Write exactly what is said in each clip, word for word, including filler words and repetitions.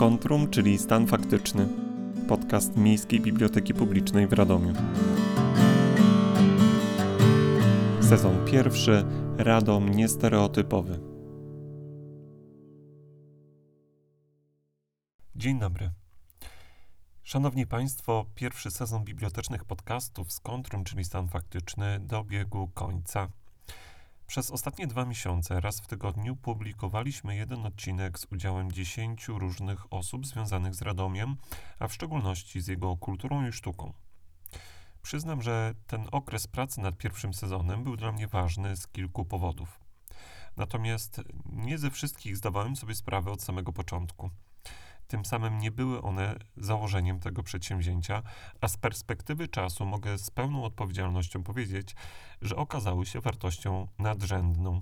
Skontrum, czyli Stan Faktyczny. Podcast Miejskiej Biblioteki Publicznej w Radomiu. Sezon pierwszy. Radom niestereotypowy. Dzień dobry. Szanowni Państwo, pierwszy sezon bibliotecznych podcastów Skontrum, czyli Stan Faktyczny, dobiegł końca. Przez ostatnie dwa miesiące, raz w tygodniu, publikowaliśmy jeden odcinek z udziałem dziesięciu różnych osób związanych z Radomiem, a w szczególności z jego kulturą i sztuką. Przyznam, że ten okres pracy nad pierwszym sezonem był dla mnie ważny z kilku powodów. Natomiast nie ze wszystkich zdawałem sobie sprawę od samego początku. Tym samym nie były one założeniem tego przedsięwzięcia, a z perspektywy czasu mogę z pełną odpowiedzialnością powiedzieć, że okazały się wartością nadrzędną.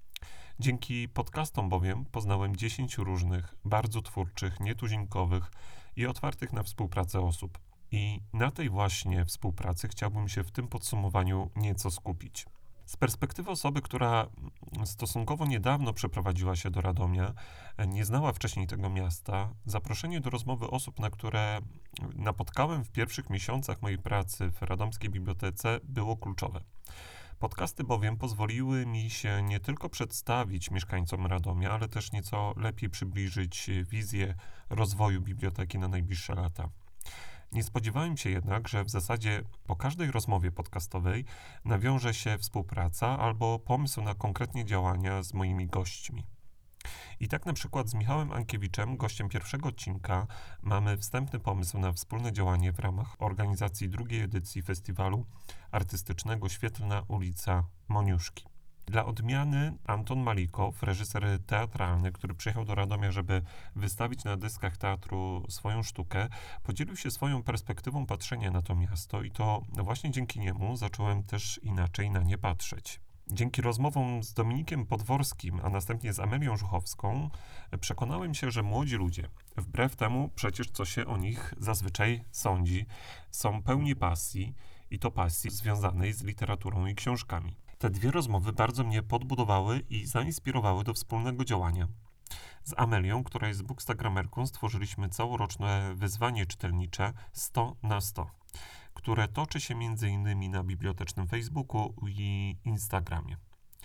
Dzięki podcastom bowiem poznałem dziesięciu różnych, bardzo twórczych, nietuzinkowych i otwartych na współpracę osób. I na tej właśnie współpracy chciałbym się w tym podsumowaniu nieco skupić. Z perspektywy osoby, która stosunkowo niedawno przeprowadziła się do Radomia, nie znała wcześniej tego miasta, zaproszenie do rozmowy osób, na które napotkałem w pierwszych miesiącach mojej pracy w Radomskiej Bibliotece, było kluczowe. Podcasty bowiem pozwoliły mi się nie tylko przedstawić mieszkańcom Radomia, ale też nieco lepiej przybliżyć wizję rozwoju biblioteki na najbliższe lata. Nie spodziewałem się jednak, że w zasadzie po każdej rozmowie podcastowej nawiąże się współpraca albo pomysł na konkretnie działania z moimi gośćmi. I tak na przykład z Michałem Ankiewiczem, gościem pierwszego odcinka, mamy wstępny pomysł na wspólne działanie w ramach organizacji drugiej edycji festiwalu artystycznego Świetlna ulica Moniuszki. Dla odmiany Anton Malikow, reżyser teatralny, który przyjechał do Radomia, żeby wystawić na deskach teatru swoją sztukę, podzielił się swoją perspektywą patrzenia na to miasto i to właśnie dzięki niemu zacząłem też inaczej na nie patrzeć. Dzięki rozmowom z Dominikiem Podworskim, a następnie z Amelią Żuchowską, przekonałem się, że młodzi ludzie, wbrew temu przecież co się o nich zazwyczaj sądzi, są pełni pasji i to pasji związanej z literaturą i książkami. Te dwie rozmowy bardzo mnie podbudowały i zainspirowały do wspólnego działania. Z Amelią, która jest bookstagramerką, stworzyliśmy całoroczne wyzwanie czytelnicze sto na sto, które toczy się między innymi na bibliotecznym Facebooku i Instagramie.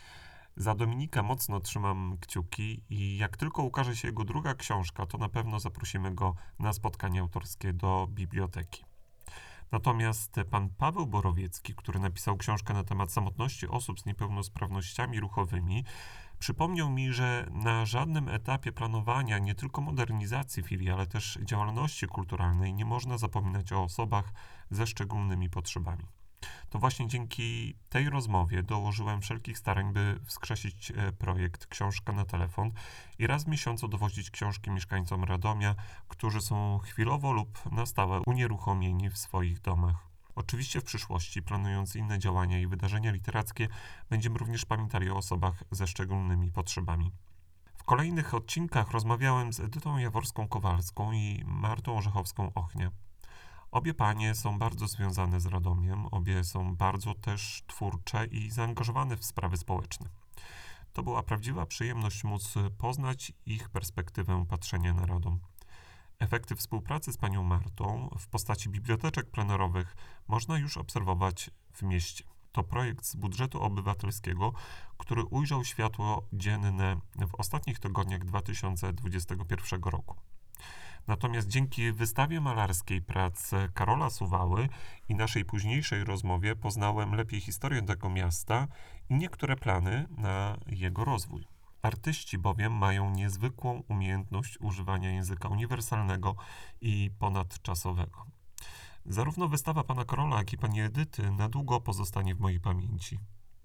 Za Dominika mocno trzymam kciuki i jak tylko ukaże się jego druga książka, to na pewno zaprosimy go na spotkanie autorskie do biblioteki. Natomiast pan Paweł Borowiecki, który napisał książkę na temat samotności osób z niepełnosprawnościami ruchowymi, przypomniał mi, że na żadnym etapie planowania nie tylko modernizacji filii, ale też działalności kulturalnej nie można zapominać o osobach ze szczególnymi potrzebami. To właśnie dzięki tej rozmowie dołożyłem wszelkich starań, by wskrzesić projekt Książka na telefon i raz w miesiącu dowozić książki mieszkańcom Radomia, którzy są chwilowo lub na stałe unieruchomieni w swoich domach. Oczywiście w przyszłości, planując inne działania i wydarzenia literackie, będziemy również pamiętali o osobach ze szczególnymi potrzebami. W kolejnych odcinkach rozmawiałem z Edytą Jaworską-Kowalską i Martą Orzechowską-Ochnia. Obie panie są bardzo związane z Radomiem, obie są bardzo też twórcze i zaangażowane w sprawy społeczne. To była prawdziwa przyjemność móc poznać ich perspektywę patrzenia na Radom. Efekty współpracy z panią Martą w postaci biblioteczek plenerowych można już obserwować w mieście. To projekt z budżetu obywatelskiego, który ujrzał światło dzienne w ostatnich tygodniach dwa tysiące dwudziestego pierwszego roku. Natomiast dzięki wystawie malarskiej prac Karola Suwały i naszej późniejszej rozmowie poznałem lepiej historię tego miasta i niektóre plany na jego rozwój. Artyści bowiem mają niezwykłą umiejętność używania języka uniwersalnego i ponadczasowego. Zarówno wystawa pana Karola, jak i pani Edyty na długo pozostanie w mojej pamięci.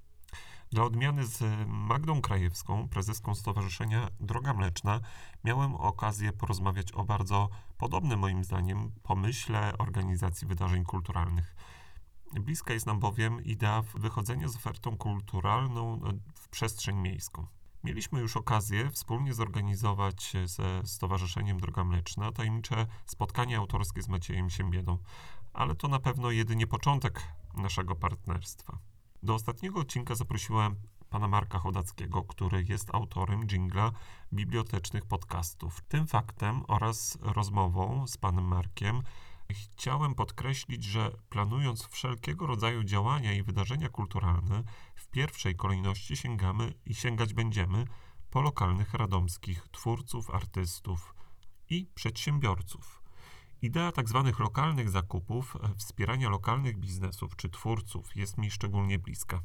Dla odmiany z Magdą Krajewską, prezeską Stowarzyszenia Droga Mleczna, miałem okazję porozmawiać o bardzo podobnym moim zdaniem pomyśle organizacji wydarzeń kulturalnych. Bliska jest nam bowiem idea wychodzenia z ofertą kulturalną w przestrzeń miejską. Mieliśmy już okazję wspólnie zorganizować ze Stowarzyszeniem Droga Mleczna tajemnicze spotkanie autorskie z Maciejem Siembiedą, ale to na pewno jedynie początek naszego partnerstwa. Do ostatniego odcinka zaprosiłem pana Marka Chodackiego, który jest autorem dżingla bibliotecznych podcastów. Tym faktem oraz rozmową z panem Markiem chciałem podkreślić, że planując wszelkiego rodzaju działania i wydarzenia kulturalne, w pierwszej kolejności sięgamy i sięgać będziemy po lokalnych radomskich twórców, artystów i przedsiębiorców. Idea tak zwanych lokalnych zakupów, wspierania lokalnych biznesów czy twórców jest mi szczególnie bliska.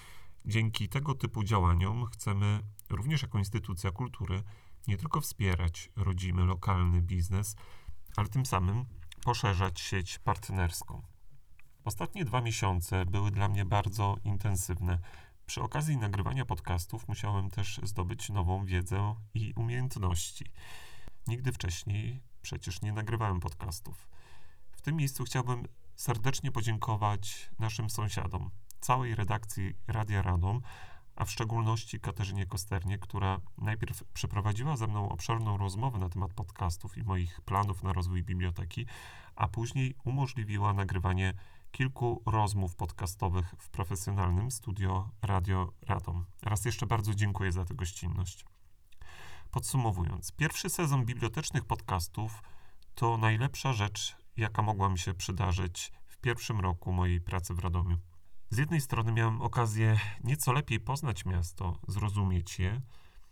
Dzięki tego typu działaniom chcemy również jako instytucja kultury nie tylko wspierać rodzimy, lokalny biznes, ale tym samym poszerzać sieć partnerską. Ostatnie dwa miesiące były dla mnie bardzo intensywne. Przy okazji nagrywania podcastów musiałem też zdobyć nową wiedzę i umiejętności. Nigdy wcześniej przecież nie nagrywałem podcastów. W tym miejscu chciałbym serdecznie podziękować naszym sąsiadom, całej redakcji Radia Radom, a w szczególności Katarzynie Kosternie, która najpierw przeprowadziła ze mną obszerną rozmowę na temat podcastów i moich planów na rozwój biblioteki, a później umożliwiła nagrywanie kilku rozmów podcastowych w profesjonalnym studio Radio Radom. Raz jeszcze bardzo dziękuję za tę gościnność. Podsumowując, pierwszy sezon bibliotecznych podcastów to najlepsza rzecz, jaka mogła mi się przydarzyć w pierwszym roku mojej pracy w Radomiu. Z jednej strony miałem okazję nieco lepiej poznać miasto, zrozumieć je,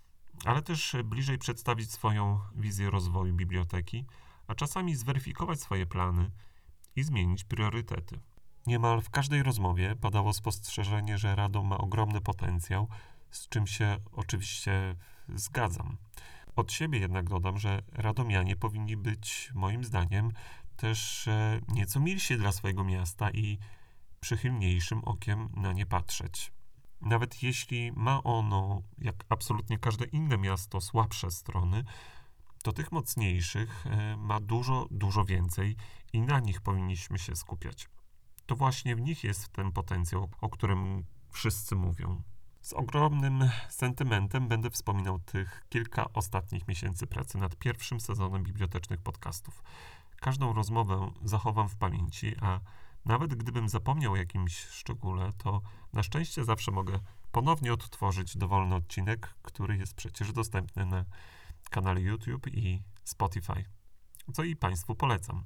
ale też bliżej przedstawić swoją wizję rozwoju biblioteki, a czasami zweryfikować swoje plany i zmienić priorytety. Niemal w każdej rozmowie padało spostrzeżenie, że Radom ma ogromny potencjał, z czym się oczywiście zgadzam. Od siebie jednak dodam, że radomianie powinni być, moim zdaniem, też nieco milsi dla swojego miasta i przychylniejszym okiem na nie patrzeć. Nawet jeśli ma ono, jak absolutnie każde inne miasto, słabsze strony, to tych mocniejszych ma dużo, dużo więcej i na nich powinniśmy się skupiać. To właśnie w nich jest ten potencjał, o którym wszyscy mówią. Z ogromnym sentymentem będę wspominał tych kilka ostatnich miesięcy pracy nad pierwszym sezonem bibliotecznych podcastów. Każdą rozmowę zachowam w pamięci, a nawet gdybym zapomniał o jakimś szczególe, to na szczęście zawsze mogę ponownie odtworzyć dowolny odcinek, który jest przecież dostępny na kanale YouTube i Spotify, co i Państwu polecam.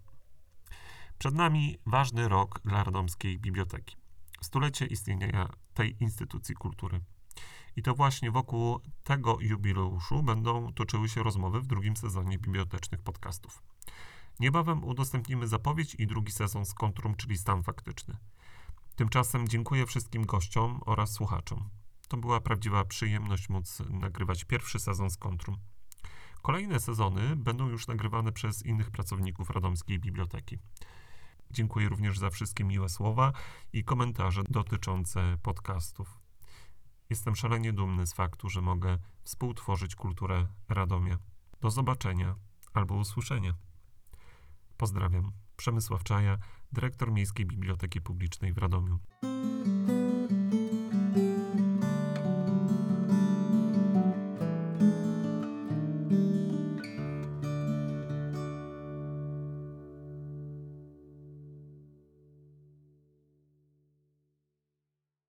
Przed nami ważny rok dla Radomskiej Biblioteki. Stulecie istnienia tej instytucji kultury. I to właśnie wokół tego jubileuszu będą toczyły się rozmowy w drugim sezonie bibliotecznych podcastów. Niebawem udostępnimy zapowiedź i drugi sezon z Kontrum, czyli Stan Faktyczny. Tymczasem dziękuję wszystkim gościom oraz słuchaczom. To była prawdziwa przyjemność móc nagrywać pierwszy sezon z Kontrum. Kolejne sezony będą już nagrywane przez innych pracowników Radomskiej Biblioteki. Dziękuję również za wszystkie miłe słowa i komentarze dotyczące podcastów. Jestem szalenie dumny z faktu, że mogę współtworzyć kulturę Radomia. Do zobaczenia albo usłyszenia. Pozdrawiam. Przemysław Czaja, dyrektor Miejskiej Biblioteki Publicznej w Radomiu.